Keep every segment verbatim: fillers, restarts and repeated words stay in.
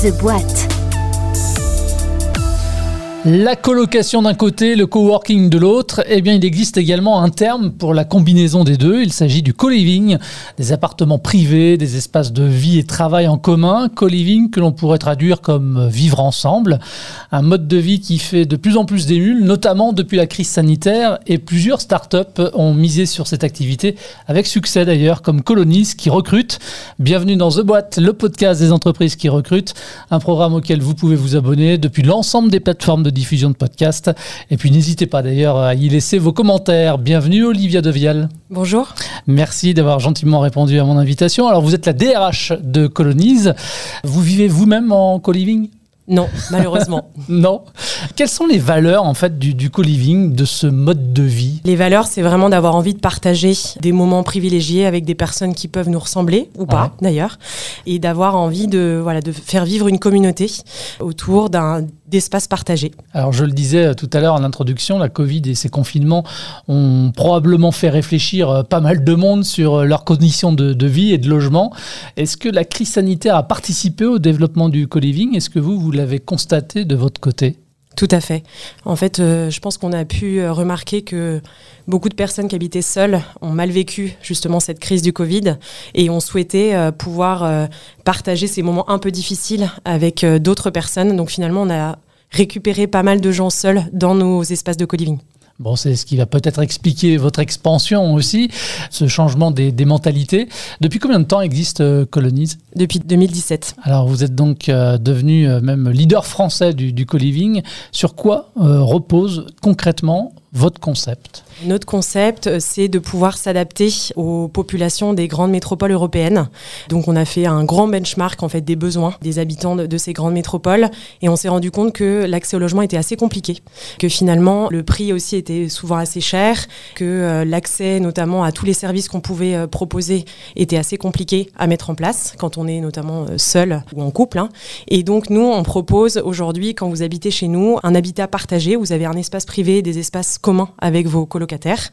The Boîte. La colocation d'un côté, le coworking de l'autre, eh bien il existe également un terme pour la combinaison des deux. Il s'agit du co-living, des appartements privés, des espaces de vie et travail en commun. Co-living que l'on pourrait traduire comme vivre ensemble. Un mode de vie qui fait de plus en plus d'émules, notamment depuis la crise sanitaire. Et plusieurs startups ont misé sur cette activité, avec succès d'ailleurs, comme Colonize qui recrute. Bienvenue dans The Boîte, le podcast des entreprises qui recrutent. Un programme auquel vous pouvez vous abonner depuis l'ensemble des plateformes de diffusion de podcasts. Et puis n'hésitez pas d'ailleurs à y laisser vos commentaires. Bienvenue Olivia Devial. Bonjour. Merci d'avoir gentiment répondu à mon invitation. Alors vous êtes la D R H de Colonize. Vous vivez vous-même en co-living ? Non, malheureusement. Non. Quelles sont les valeurs en fait du, du co-living, de ce mode de vie ? Les valeurs, c'est vraiment d'avoir envie de partager des moments privilégiés avec des personnes qui peuvent nous ressembler ou pas, ouais. D'ailleurs, et d'avoir envie de voilà de faire vivre une communauté autour d'un d'espaces partagés. Alors je le disais tout à l'heure en introduction, la Covid et ses confinements ont probablement fait réfléchir pas mal de monde sur leurs conditions de, de vie et de logement. Est-ce que la crise sanitaire a participé au développement du co-living ? Est-ce que vous, vous l'avez constaté de votre côté ? Tout à fait. En fait, euh, je pense qu'on a pu remarquer que beaucoup de personnes qui habitaient seules ont mal vécu justement cette crise du Covid et ont souhaité euh, pouvoir euh, partager ces moments un peu difficiles avec euh, d'autres personnes. Donc finalement, on a récupéré pas mal de gens seuls dans nos espaces de co-living. Bon, c'est ce qui va peut-être expliquer votre expansion aussi, ce changement des, des mentalités. Depuis combien de temps existe euh, Colonize ? Depuis deux mille dix-sept. Alors, vous êtes donc euh, devenu euh, même leader français du, du co-living. Sur quoi euh, repose concrètement votre concept ? Notre concept, c'est de pouvoir s'adapter aux populations des grandes métropoles européennes. Donc, on a fait un grand benchmark en fait des besoins des habitants de, de ces grandes métropoles et on s'est rendu compte que l'accès au logement était assez compliqué, que finalement le prix aussi était souvent assez cher, que euh, l'accès notamment à tous les services qu'on pouvait euh, proposer était assez compliqué à mettre en place quand on est notamment euh, seul ou en couple. Hein. Et donc, nous, on propose aujourd'hui, quand vous habitez chez nous, un habitat partagé. Vous avez un espace privé, des espaces communs avec vos colocataires.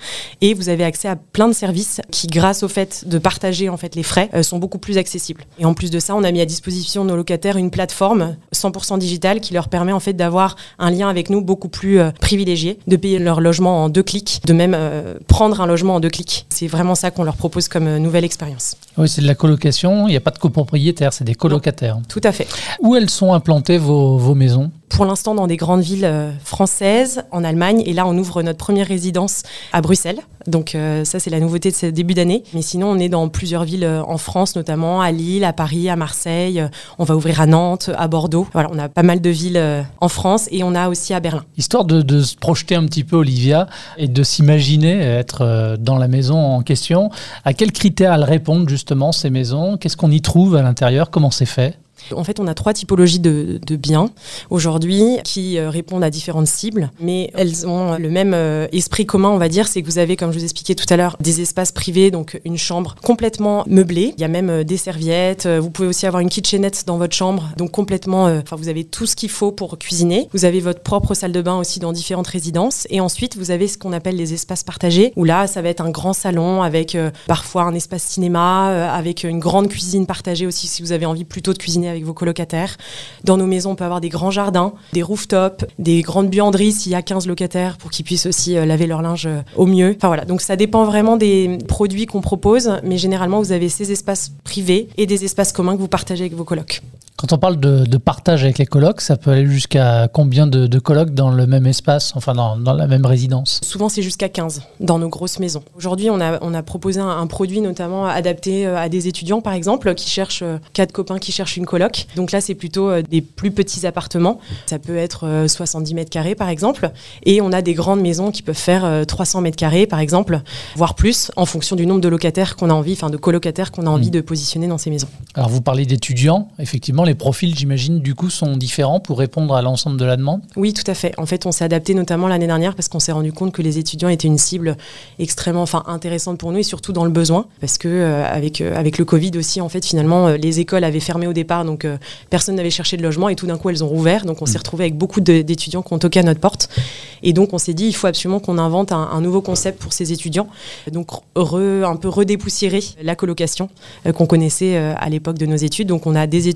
Et vous avez accès à plein de services qui, grâce au fait de partager en fait les frais, euh, sont beaucoup plus accessibles. Et en plus de ça, on a mis à disposition de nos locataires une plateforme cent pour cent digitale qui leur permet en fait d'avoir un lien avec nous beaucoup plus euh, privilégié, de payer leur logement en deux clics, de même euh, prendre un logement en deux clics. C'est vraiment ça qu'on leur propose comme euh, nouvelle expérience. Oui, c'est de la colocation. Il n'y a pas de copropriétaires, c'est des colocataires. Non, tout à fait. Où elles sont implantées vos, vos maisons ? Pour l'instant, dans des grandes villes euh, françaises, en Allemagne. Et là, on ouvre notre première résidence à Bruxelles. Donc euh, ça, c'est la nouveauté de ce début d'année. Mais sinon, on est dans plusieurs villes euh, en France, notamment à Lille, à Paris, à Marseille. Euh, on va ouvrir à Nantes, à Bordeaux. Voilà, on a pas mal de villes euh, en France et on a aussi à Berlin. Histoire de, de se projeter un petit peu, Olivia, et de s'imaginer être euh, dans la maison en question. À quels critères elles répondent justement, ces maisons ? Qu'est-ce qu'on y trouve à l'intérieur ? Comment c'est fait ? En fait, on a trois typologies de, de biens aujourd'hui qui euh, répondent à différentes cibles, mais elles ont le même euh, esprit commun, on va dire, c'est que vous avez, comme je vous expliquais tout à l'heure, des espaces privés, donc une chambre complètement meublée. Il y a même euh, des serviettes. Vous pouvez aussi avoir une kitchenette dans votre chambre, donc complètement. Enfin, euh, vous avez tout ce qu'il faut pour cuisiner. Vous avez votre propre salle de bain aussi dans différentes résidences, et ensuite vous avez ce qu'on appelle les espaces partagés, où là, ça va être un grand salon avec euh, parfois un espace cinéma, euh, avec une grande cuisine partagée aussi, si vous avez envie plutôt de cuisiner avec vos colocataires. Dans nos maisons, on peut avoir des grands jardins, des rooftops, des grandes buanderies s'il y a quinze locataires pour qu'ils puissent aussi euh, laver leur linge euh, au mieux. Enfin voilà, donc ça dépend vraiment des produits qu'on propose, mais généralement vous avez ces espaces privés et des espaces communs que vous partagez avec vos colocs. Quand on parle de, de partage avec les colocs, ça peut aller jusqu'à combien de, de colocs dans le même espace, enfin dans, dans la même résidence ? Souvent, c'est jusqu'à quinze dans nos grosses maisons. Aujourd'hui, on a, on a proposé un, un produit notamment adapté à des étudiants, par exemple, qui cherchent, quatre copains qui cherchent une coloc. Donc là, c'est plutôt des plus petits appartements. Ça peut être soixante-dix mètres carrés, par exemple. Et on a des grandes maisons qui peuvent faire trois cents mètres carrés, par exemple, voire plus, en fonction du nombre de locataires qu'on a envie, enfin de colocataires qu'on a envie mmh. de positionner dans ces maisons. Alors, vous parlez d'étudiants. Effectivement, les profils, j'imagine, du coup, sont différents pour répondre à l'ensemble de la demande ? Oui, tout à fait. En fait, on s'est adapté notamment l'année dernière parce qu'on s'est rendu compte que les étudiants étaient une cible extrêmement enfin, intéressante pour nous et surtout dans le besoin. Parce que euh, avec, euh, avec le Covid aussi, en fait, finalement, euh, les écoles avaient fermé au départ, donc euh, personne n'avait cherché de logement et tout d'un coup, elles ont rouvert. Donc, on mmh. s'est retrouvé avec beaucoup de, d'étudiants qui ont toqué à notre porte. Et donc, on s'est dit, il faut absolument qu'on invente un, un nouveau concept pour ces étudiants. Donc, re, un peu redépoussiérer la colocation euh, qu'on connaissait euh, à l'époque de nos études. Donc, on a des étudiants, on a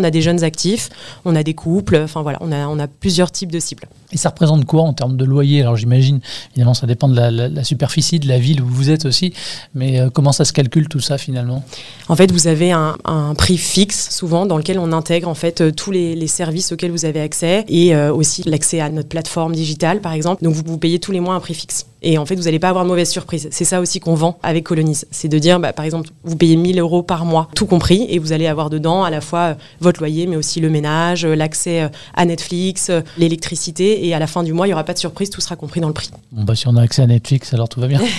a des jeunes actifs, on a des couples, enfin voilà, on a, on a plusieurs types de cibles. Et ça représente quoi en termes de loyer? Alors j'imagine, évidemment, ça dépend de la, la, la superficie, de la ville où vous êtes aussi, mais euh, comment ça se calcule tout ça finalement? En fait, vous avez un, un prix fixe souvent dans lequel on intègre en fait euh, tous les, les services auxquels vous avez accès et euh, aussi l'accès à notre plateforme digitale par exemple. Donc vous, vous payez tous les mois un prix fixe. Et en fait, vous n'allez pas avoir de mauvaise surprise. C'est ça aussi qu'on vend avec Colonize. C'est de dire, bah, par exemple, vous payez mille euros par mois, tout compris, et vous allez avoir dedans à la fois euh, votre loyer, mais aussi le ménage, euh, l'accès euh, à Netflix, euh, l'électricité, et à la fin du mois, il n'y aura pas de surprise, tout sera compris dans le prix. Bon, bah, si on a accès à Netflix, alors tout va bien.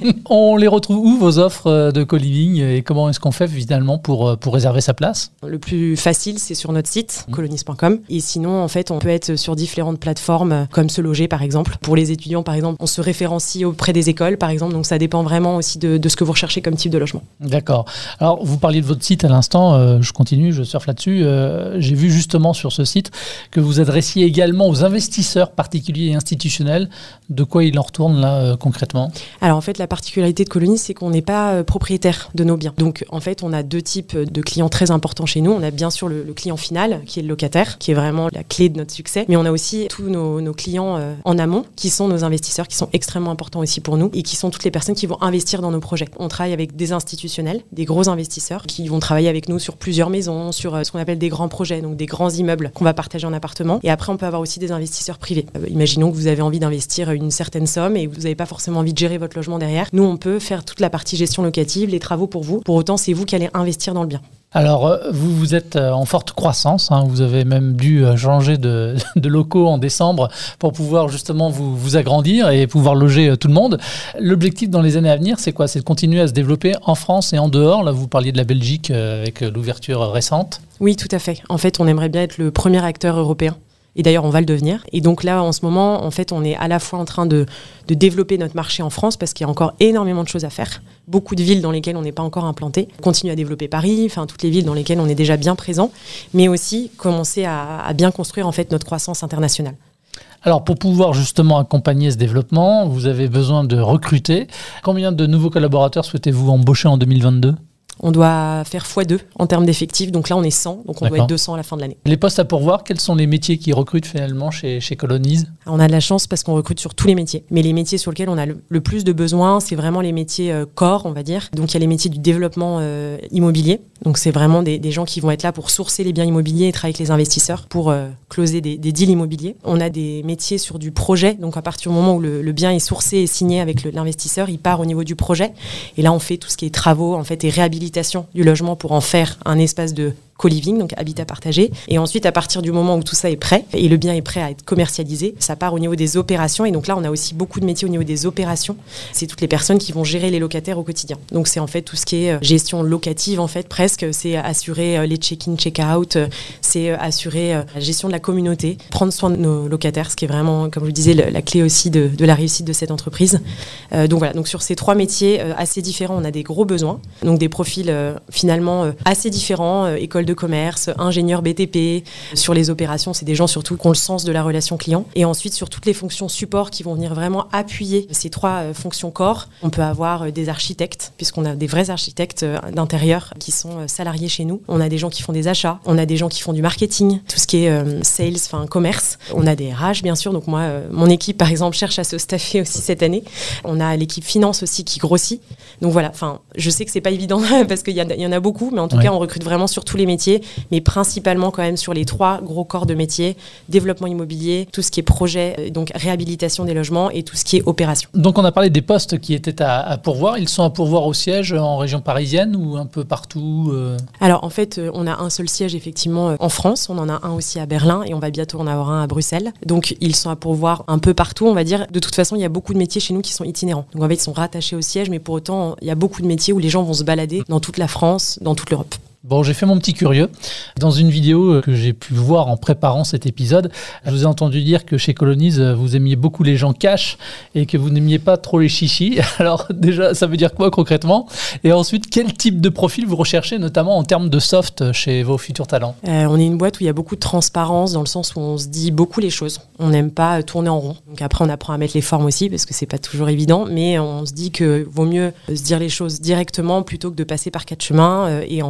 On les retrouve où, vos offres de co-living, et comment est-ce qu'on fait finalement pour, pour réserver sa place? Le plus facile, c'est sur notre site, mmh. colonize point com. Et sinon, en fait, on peut être sur différentes plateformes, comme Se Loger, par exemple. Pour les étudiants, par exemple, on se référencie auprès des écoles, par exemple. Donc, ça dépend vraiment aussi de, de ce que vous recherchez comme type de logement. D'accord. Alors, vous parliez de votre site à l'instant. Euh, je continue, je surfe là-dessus. Euh, j'ai vu justement sur ce site que vous adressiez également aux investisseurs particuliers et institutionnels. De quoi il en retourne là euh, concrètement? Alors, en fait, la particularité de Colonize, c'est qu'on n'est pas euh, propriétaire de nos biens. Donc, en fait, on a deux types de clients très importants chez nous. On a bien sûr le, le client final, qui est le locataire, qui est vraiment la clé de notre succès. Mais on a aussi tous nos, nos clients euh, en amont, qui sont nos investisseurs, qui sont extrêmement importants aussi pour nous et qui sont toutes les personnes qui vont investir dans nos projets. On travaille avec des institutionnels, des gros investisseurs, qui vont travailler avec nous sur plusieurs maisons, sur euh, ce qu'on appelle des grands projets, donc des grands immeubles qu'on va partager en appartement. Et après, on peut avoir aussi des investisseurs privés. Euh, imaginons que vous avez envie d'investir une certaine somme et vous n'avez pas forcément envie de gérer votre logement derrière. Nous, on peut faire toute la partie gestion locative, les travaux pour vous. Pour autant, c'est vous qui allez investir dans le bien. Alors, vous, vous êtes en forte croissance, hein, vous avez même dû changer de, de locaux en décembre pour pouvoir justement vous, vous agrandir et pouvoir loger tout le monde. L'objectif dans les années à venir, c'est quoi? C'est de continuer à se développer en France et en dehors. Là, vous parliez de la Belgique avec l'ouverture récente. Oui, tout à fait. En fait, on aimerait bien être le premier acteur européen. Et d'ailleurs, on va le devenir. Et donc là, en ce moment, en fait, on est à la fois en train de, de développer notre marché en France parce qu'il y a encore énormément de choses à faire. Beaucoup de villes dans lesquelles on n'est pas encore implanté. On continue à développer Paris, enfin toutes les villes dans lesquelles on est déjà bien présent, mais aussi commencer à, à bien construire en fait notre croissance internationale. Alors, pour pouvoir justement accompagner ce développement, vous avez besoin de recruter. Combien de nouveaux collaborateurs souhaitez-vous embaucher en deux mille vingt-deux? On doit faire fois deux en termes d'effectifs. Donc là, on est cent. Donc on D'accord. doit être deux cents à la fin de l'année. Les postes à pourvoir, quels sont les métiers qui recrutent finalement chez, chez Colonize? On a de la chance parce qu'on recrute sur tous les métiers. Mais les métiers sur lesquels on a le, le plus de besoins, c'est vraiment les métiers euh, corps, on va dire. Donc il y a les métiers du développement euh, immobilier. Donc c'est vraiment des, des gens qui vont être là pour sourcer les biens immobiliers et travailler avec les investisseurs pour euh, closer des, des deals immobiliers. On a des métiers sur du projet. Donc à partir du moment où le, le bien est sourcé et signé avec le, l'investisseur, il part au niveau du projet. Et là, on fait tout ce qui est travaux en fait, et réhabilitation du logement pour en faire un espace de co-living, donc habitat partagé. Et ensuite, à partir du moment où tout ça est prêt, et le bien est prêt à être commercialisé, ça part au niveau des opérations. Et donc là, on a aussi beaucoup de métiers au niveau des opérations. C'est toutes les personnes qui vont gérer les locataires au quotidien. Donc c'est en fait tout ce qui est gestion locative, en fait, presque. C'est assurer les check-in, check-out, c'est assurer la gestion de la communauté, prendre soin de nos locataires, ce qui est vraiment, comme je vous disais, la clé aussi de, de la réussite de cette entreprise. Euh, donc voilà, donc sur ces trois métiers euh, assez différents, on a des gros besoins. Donc des profils euh, finalement euh, assez différents, euh, école de commerce, ingénieur B T P. Sur les opérations, c'est des gens surtout qui ont le sens de la relation client. Et ensuite, sur toutes les fonctions support qui vont venir vraiment appuyer ces trois euh, fonctions corps, on peut avoir euh, des architectes, puisqu'on a des vrais architectes euh, d'intérieur qui sont euh, salariés chez nous. On a des gens qui font des achats, on a des gens qui font du marketing, tout ce qui est euh, sales, enfin commerce. On a des R H, bien sûr. Donc moi, euh, mon équipe, par exemple, cherche à se staffer aussi cette année. On a l'équipe finance aussi qui grossit. Donc voilà, enfin, je sais que c'est pas évident parce qu'il y, y en a beaucoup, mais en tout ouais. cas, on recrute vraiment sur tous les métiers, mais principalement quand même sur les trois gros corps de métiers: développement immobilier, tout ce qui est projet, donc réhabilitation des logements, et tout ce qui est opération. Donc on a parlé des postes qui étaient à, à pourvoir. Ils sont à pourvoir au siège en région parisienne ou un peu partout euh... Alors en fait, on a un seul siège effectivement en France. On en a un aussi à Berlin et on va bientôt en avoir un à Bruxelles. Donc ils sont à pourvoir un peu partout, on va dire. De toute façon, il y a beaucoup de métiers chez nous qui sont itinérants. Donc en fait, ils sont rattachés au siège, mais pour autant, il y a beaucoup de métiers où les gens vont se balader dans toute la France, dans toute l'Europe. Bon, j'ai fait mon petit curieux. Dans une vidéo que j'ai pu voir en préparant cet épisode, je vous ai entendu dire que chez Colonize, vous aimiez beaucoup les gens cash et que vous n'aimiez pas trop les chichis. Alors déjà, ça veut dire quoi concrètement? Et ensuite, quel type de profil vous recherchez, notamment en termes de soft chez vos futurs talents? euh, On est une boîte où il y a beaucoup de transparence, dans le sens où on se dit beaucoup les choses. On n'aime pas tourner en rond. Donc après, on apprend à mettre les formes aussi, parce que c'est pas toujours évident, mais on se dit que vaut mieux se dire les choses directement plutôt que de passer par quatre chemins. Et en fait, aujourd'hui,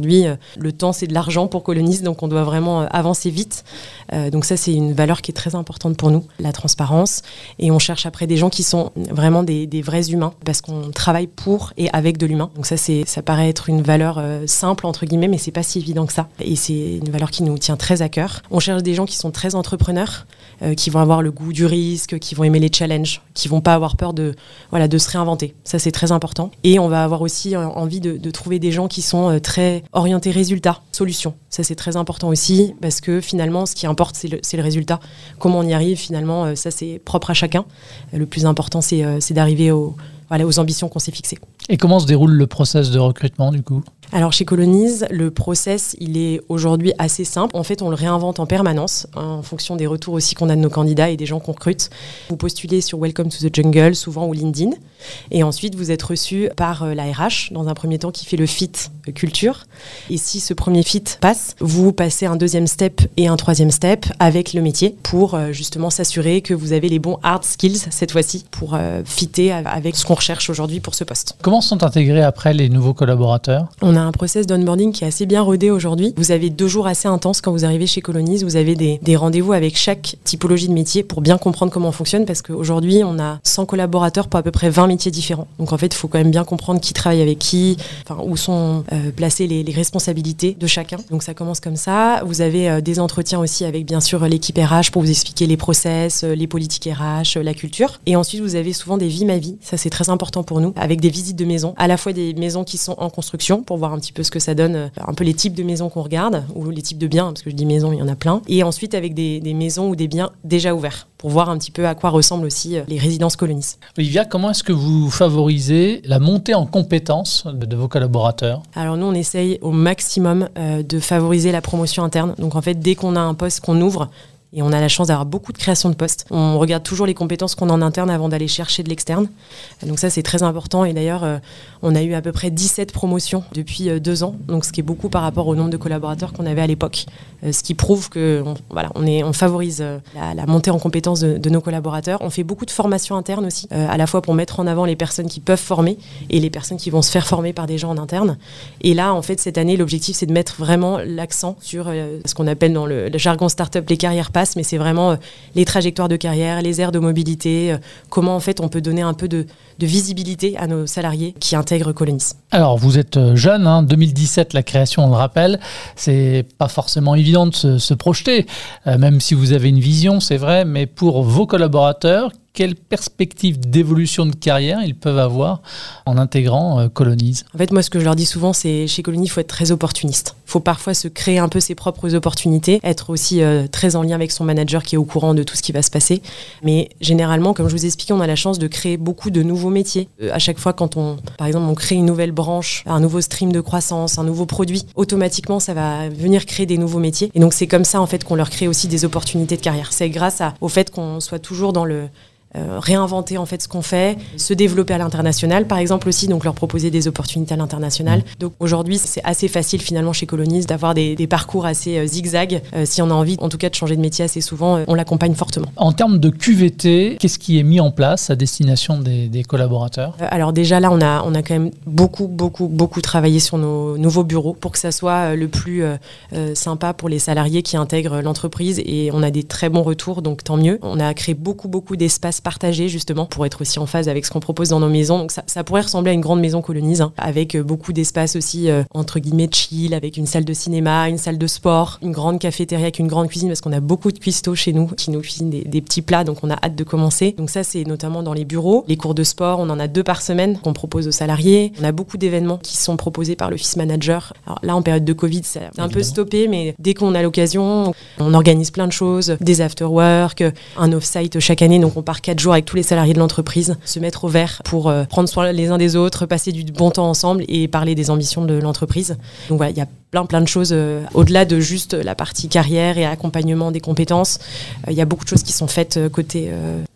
aujourd'hui, le temps, c'est de l'argent pour Colonize, donc on doit vraiment avancer vite. Euh, donc ça, c'est une valeur qui est très importante pour nous, la transparence. Et on cherche après des gens qui sont vraiment des, des vrais humains, parce qu'on travaille pour et avec de l'humain. Donc ça, c'est, ça paraît être une valeur euh, simple, entre guillemets, mais c'est pas si évident que ça. Et c'est une valeur qui nous tient très à cœur. On cherche des gens qui sont très entrepreneurs, euh, qui vont avoir le goût du risque, qui vont aimer les challenges, qui vont pas avoir peur de, voilà, de se réinventer. Ça, c'est très important. Et on va avoir aussi euh, envie de, de trouver des gens qui sont euh, très orientés résultats, solutions. Ça, c'est très important aussi, parce que finalement, ce qui importe, c'est le, c'est le résultat. Comment on y arrive, finalement, euh, ça, c'est propre à chacun. Le plus important, c'est, euh, c'est d'arriver au, voilà, aux ambitions qu'on s'est fixées. Et comment se déroule le process de recrutement, du coup ? Alors chez Colonize, le process, il est aujourd'hui assez simple. En fait, on le réinvente en permanence, hein, en fonction des retours aussi qu'on a de nos candidats et des gens qu'on recrute. Vous postulez sur Welcome to the Jungle, souvent, ou LinkedIn. Et ensuite, vous êtes reçu par euh, la R H, dans un premier temps, qui fait le fit euh, culture. Et si ce premier fit passe, vous passez un deuxième step et un troisième step avec le métier pour euh, justement s'assurer que vous avez les bons hard skills, cette fois-ci, pour euh, fitter avec ce qu'on recherche aujourd'hui pour ce poste. Comment sont intégrés après les nouveaux collaborateurs ? On a un process d'onboarding qui est assez bien rodé aujourd'hui. Vous avez deux jours assez intenses quand vous arrivez chez Colonize. Vous avez des, des rendez-vous avec chaque typologie de métier pour bien comprendre comment on fonctionne, parce qu'aujourd'hui, on a cent collaborateurs pour à peu près vingt métiers différents. Donc en fait, il faut quand même bien comprendre qui travaille avec qui, enfin, où sont euh, placées les, les responsabilités de chacun. Donc ça commence comme ça. Vous avez euh, des entretiens aussi avec bien sûr l'équipe R H pour vous expliquer les process, euh, les politiques R H, euh, la culture. Et ensuite, vous avez souvent des vies ma vie. Ça, c'est très important pour nous, avec des visites de maisons, à la fois des maisons qui sont en construction pour voir un petit peu ce que ça donne, un peu les types de maisons qu'on regarde, ou les types de biens, parce que je dis maisons, il y en a plein. Et ensuite avec des, des maisons ou des biens déjà ouverts, pour voir un petit peu à quoi ressemblent aussi les résidences Colonize. Olivia, comment est-ce que vous favorisez la montée en compétences de, de vos collaborateurs ? Alors nous, on essaye au maximum euh, de favoriser la promotion interne. Donc en fait, dès qu'on a un poste qu'on ouvre, et on a la chance d'avoir beaucoup de création de postes, on regarde toujours les compétences qu'on a en interne avant d'aller chercher de l'externe. Donc ça, c'est très important. Et d'ailleurs, euh, on a eu à peu près dix-sept promotions depuis euh, deux ans, donc ce qui est beaucoup par rapport au nombre de collaborateurs qu'on avait à l'époque. Euh, ce qui prouve que on, voilà, on, est, on favorise euh, la, la montée en compétences de, de nos collaborateurs. On fait beaucoup de formations internes aussi, euh, à la fois pour mettre en avant les personnes qui peuvent former et les personnes qui vont se faire former par des gens en interne. Et là, en fait, cette année, l'objectif, c'est de mettre vraiment l'accent sur euh, ce qu'on appelle dans le, le jargon startup les carrières passe, mais c'est vraiment euh, les trajectoires de carrière, les aires de mobilité, euh, comment en fait on peut donner un peu de, de visibilité à nos salariés qui intègrent Colonize. Alors vous êtes jeune, hein, deux mille dix-sept la création, on le rappelle, c'est pas forcément évident de se, se projeter, euh, même si vous avez une vision, c'est vrai, mais pour vos collaborateurs, quelle perspective d'évolution de carrière ils peuvent avoir en intégrant euh, Colonize ? En fait, moi, ce que je leur dis souvent, c'est chez Colonize, il faut être très opportuniste. Il faut parfois se créer un peu ses propres opportunités, être aussi euh, très en lien avec son manager qui est au courant de tout ce qui va se passer. Mais généralement, comme je vous expliquais, on a la chance de créer beaucoup de nouveaux métiers. Euh, à chaque fois, quand on, par exemple, on crée une nouvelle branche, un nouveau stream de croissance, un nouveau produit, automatiquement, ça va venir créer des nouveaux métiers. Et donc, c'est comme ça, en fait, qu'on leur crée aussi des opportunités de carrière. C'est grâce à, au fait qu'on soit toujours dans le Euh, réinventer en fait ce qu'on fait, se développer à l'international par exemple aussi, donc leur proposer des opportunités à l'international. Donc aujourd'hui c'est assez facile finalement chez Colonize d'avoir des, des parcours assez euh, zigzag. Euh, si on a envie en tout cas de changer de métier assez souvent, euh, on l'accompagne fortement. En termes de Q V T, qu'est-ce qui est mis en place à destination des, des collaborateurs ? euh, Alors déjà là on a, on a quand même beaucoup beaucoup beaucoup travaillé sur nos nouveaux bureaux pour que ça soit le plus euh, euh, sympa pour les salariés qui intègrent l'entreprise, et on a des très bons retours, donc tant mieux. On a créé beaucoup beaucoup d'espaces partagés justement pour être aussi en phase avec ce qu'on propose dans nos maisons. Donc ça, ça pourrait ressembler à une grande maison Colonize, hein, avec beaucoup d'espace aussi euh, entre guillemets chill, avec une salle de cinéma, une salle de sport, une grande cafétéria avec une grande cuisine, parce qu'on a beaucoup de cuistots chez nous qui nous cuisinent des, des petits plats, donc on a hâte de commencer. Donc ça c'est notamment dans les bureaux. Les cours de sport, on en a deux par semaine qu'on propose aux salariés. On a beaucoup d'événements qui sont proposés par l'office manager. Alors là en période de Covid c'est un Évidemment. peu stoppé, mais dès qu'on a l'occasion, on organise plein de choses, des after-work, un off-site chaque année, donc on part quatre jours avec tous les salariés de l'entreprise, se mettre au vert pour euh, prendre soin les uns des autres, passer du bon temps ensemble et parler des ambitions de l'entreprise. Donc voilà, il y a plein plein de choses euh, au-delà de juste la partie carrière et accompagnement des compétences. Il euh, y a beaucoup de choses qui sont faites euh, côté, euh,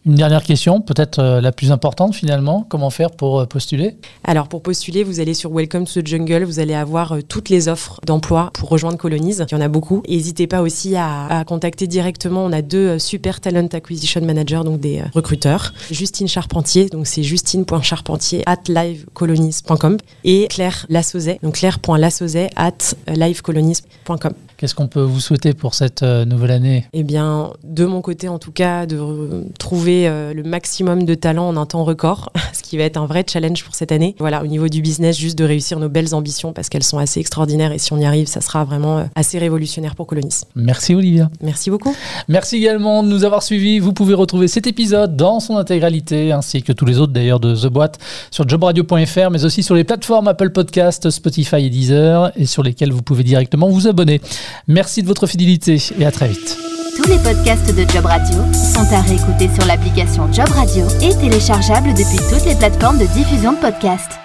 Une dernière question, peut-être euh, la plus importante finalement. Comment faire pour euh, postuler ? Alors pour postuler, vous allez sur Welcome to the Jungle, vous allez avoir euh, toutes les offres d'emploi pour rejoindre Colonize. Il y en a beaucoup. N'hésitez pas aussi à, à contacter directement. On a deux euh, super talent acquisition managers, donc des euh, recruteurs. Justine Charpentier, donc c'est justine point charpentier arobase livecolonize point com et Claire Lassauzet, donc claire.lassauzet arobase livecolonize point com. Qu'est-ce qu'on peut vous souhaiter pour cette euh, nouvelle année ? Eh bien, de mon côté en tout cas, de re- trouver euh, le maximum de talents en un temps record, ce qui va être un vrai challenge pour cette année. Voilà, au niveau du business, juste de réussir nos belles ambitions parce qu'elles sont assez extraordinaires et si on y arrive, ça sera vraiment euh, assez révolutionnaire pour Colonize. Merci Olivia. Merci beaucoup. Merci également de nous avoir suivis. Vous pouvez retrouver cet épisode dans son intégralité, ainsi que tous les autres d'ailleurs de The Boîte, sur jobradio point f r, mais aussi sur les plateformes Apple Podcasts, Spotify et Deezer, et sur lesquelles vous pouvez directement vous abonner. Merci de votre fidélité et à très vite. Tous les podcasts de Job Radio sont à réécouter sur l'application Job Radio et téléchargeables depuis toutes les plateformes de diffusion de podcasts.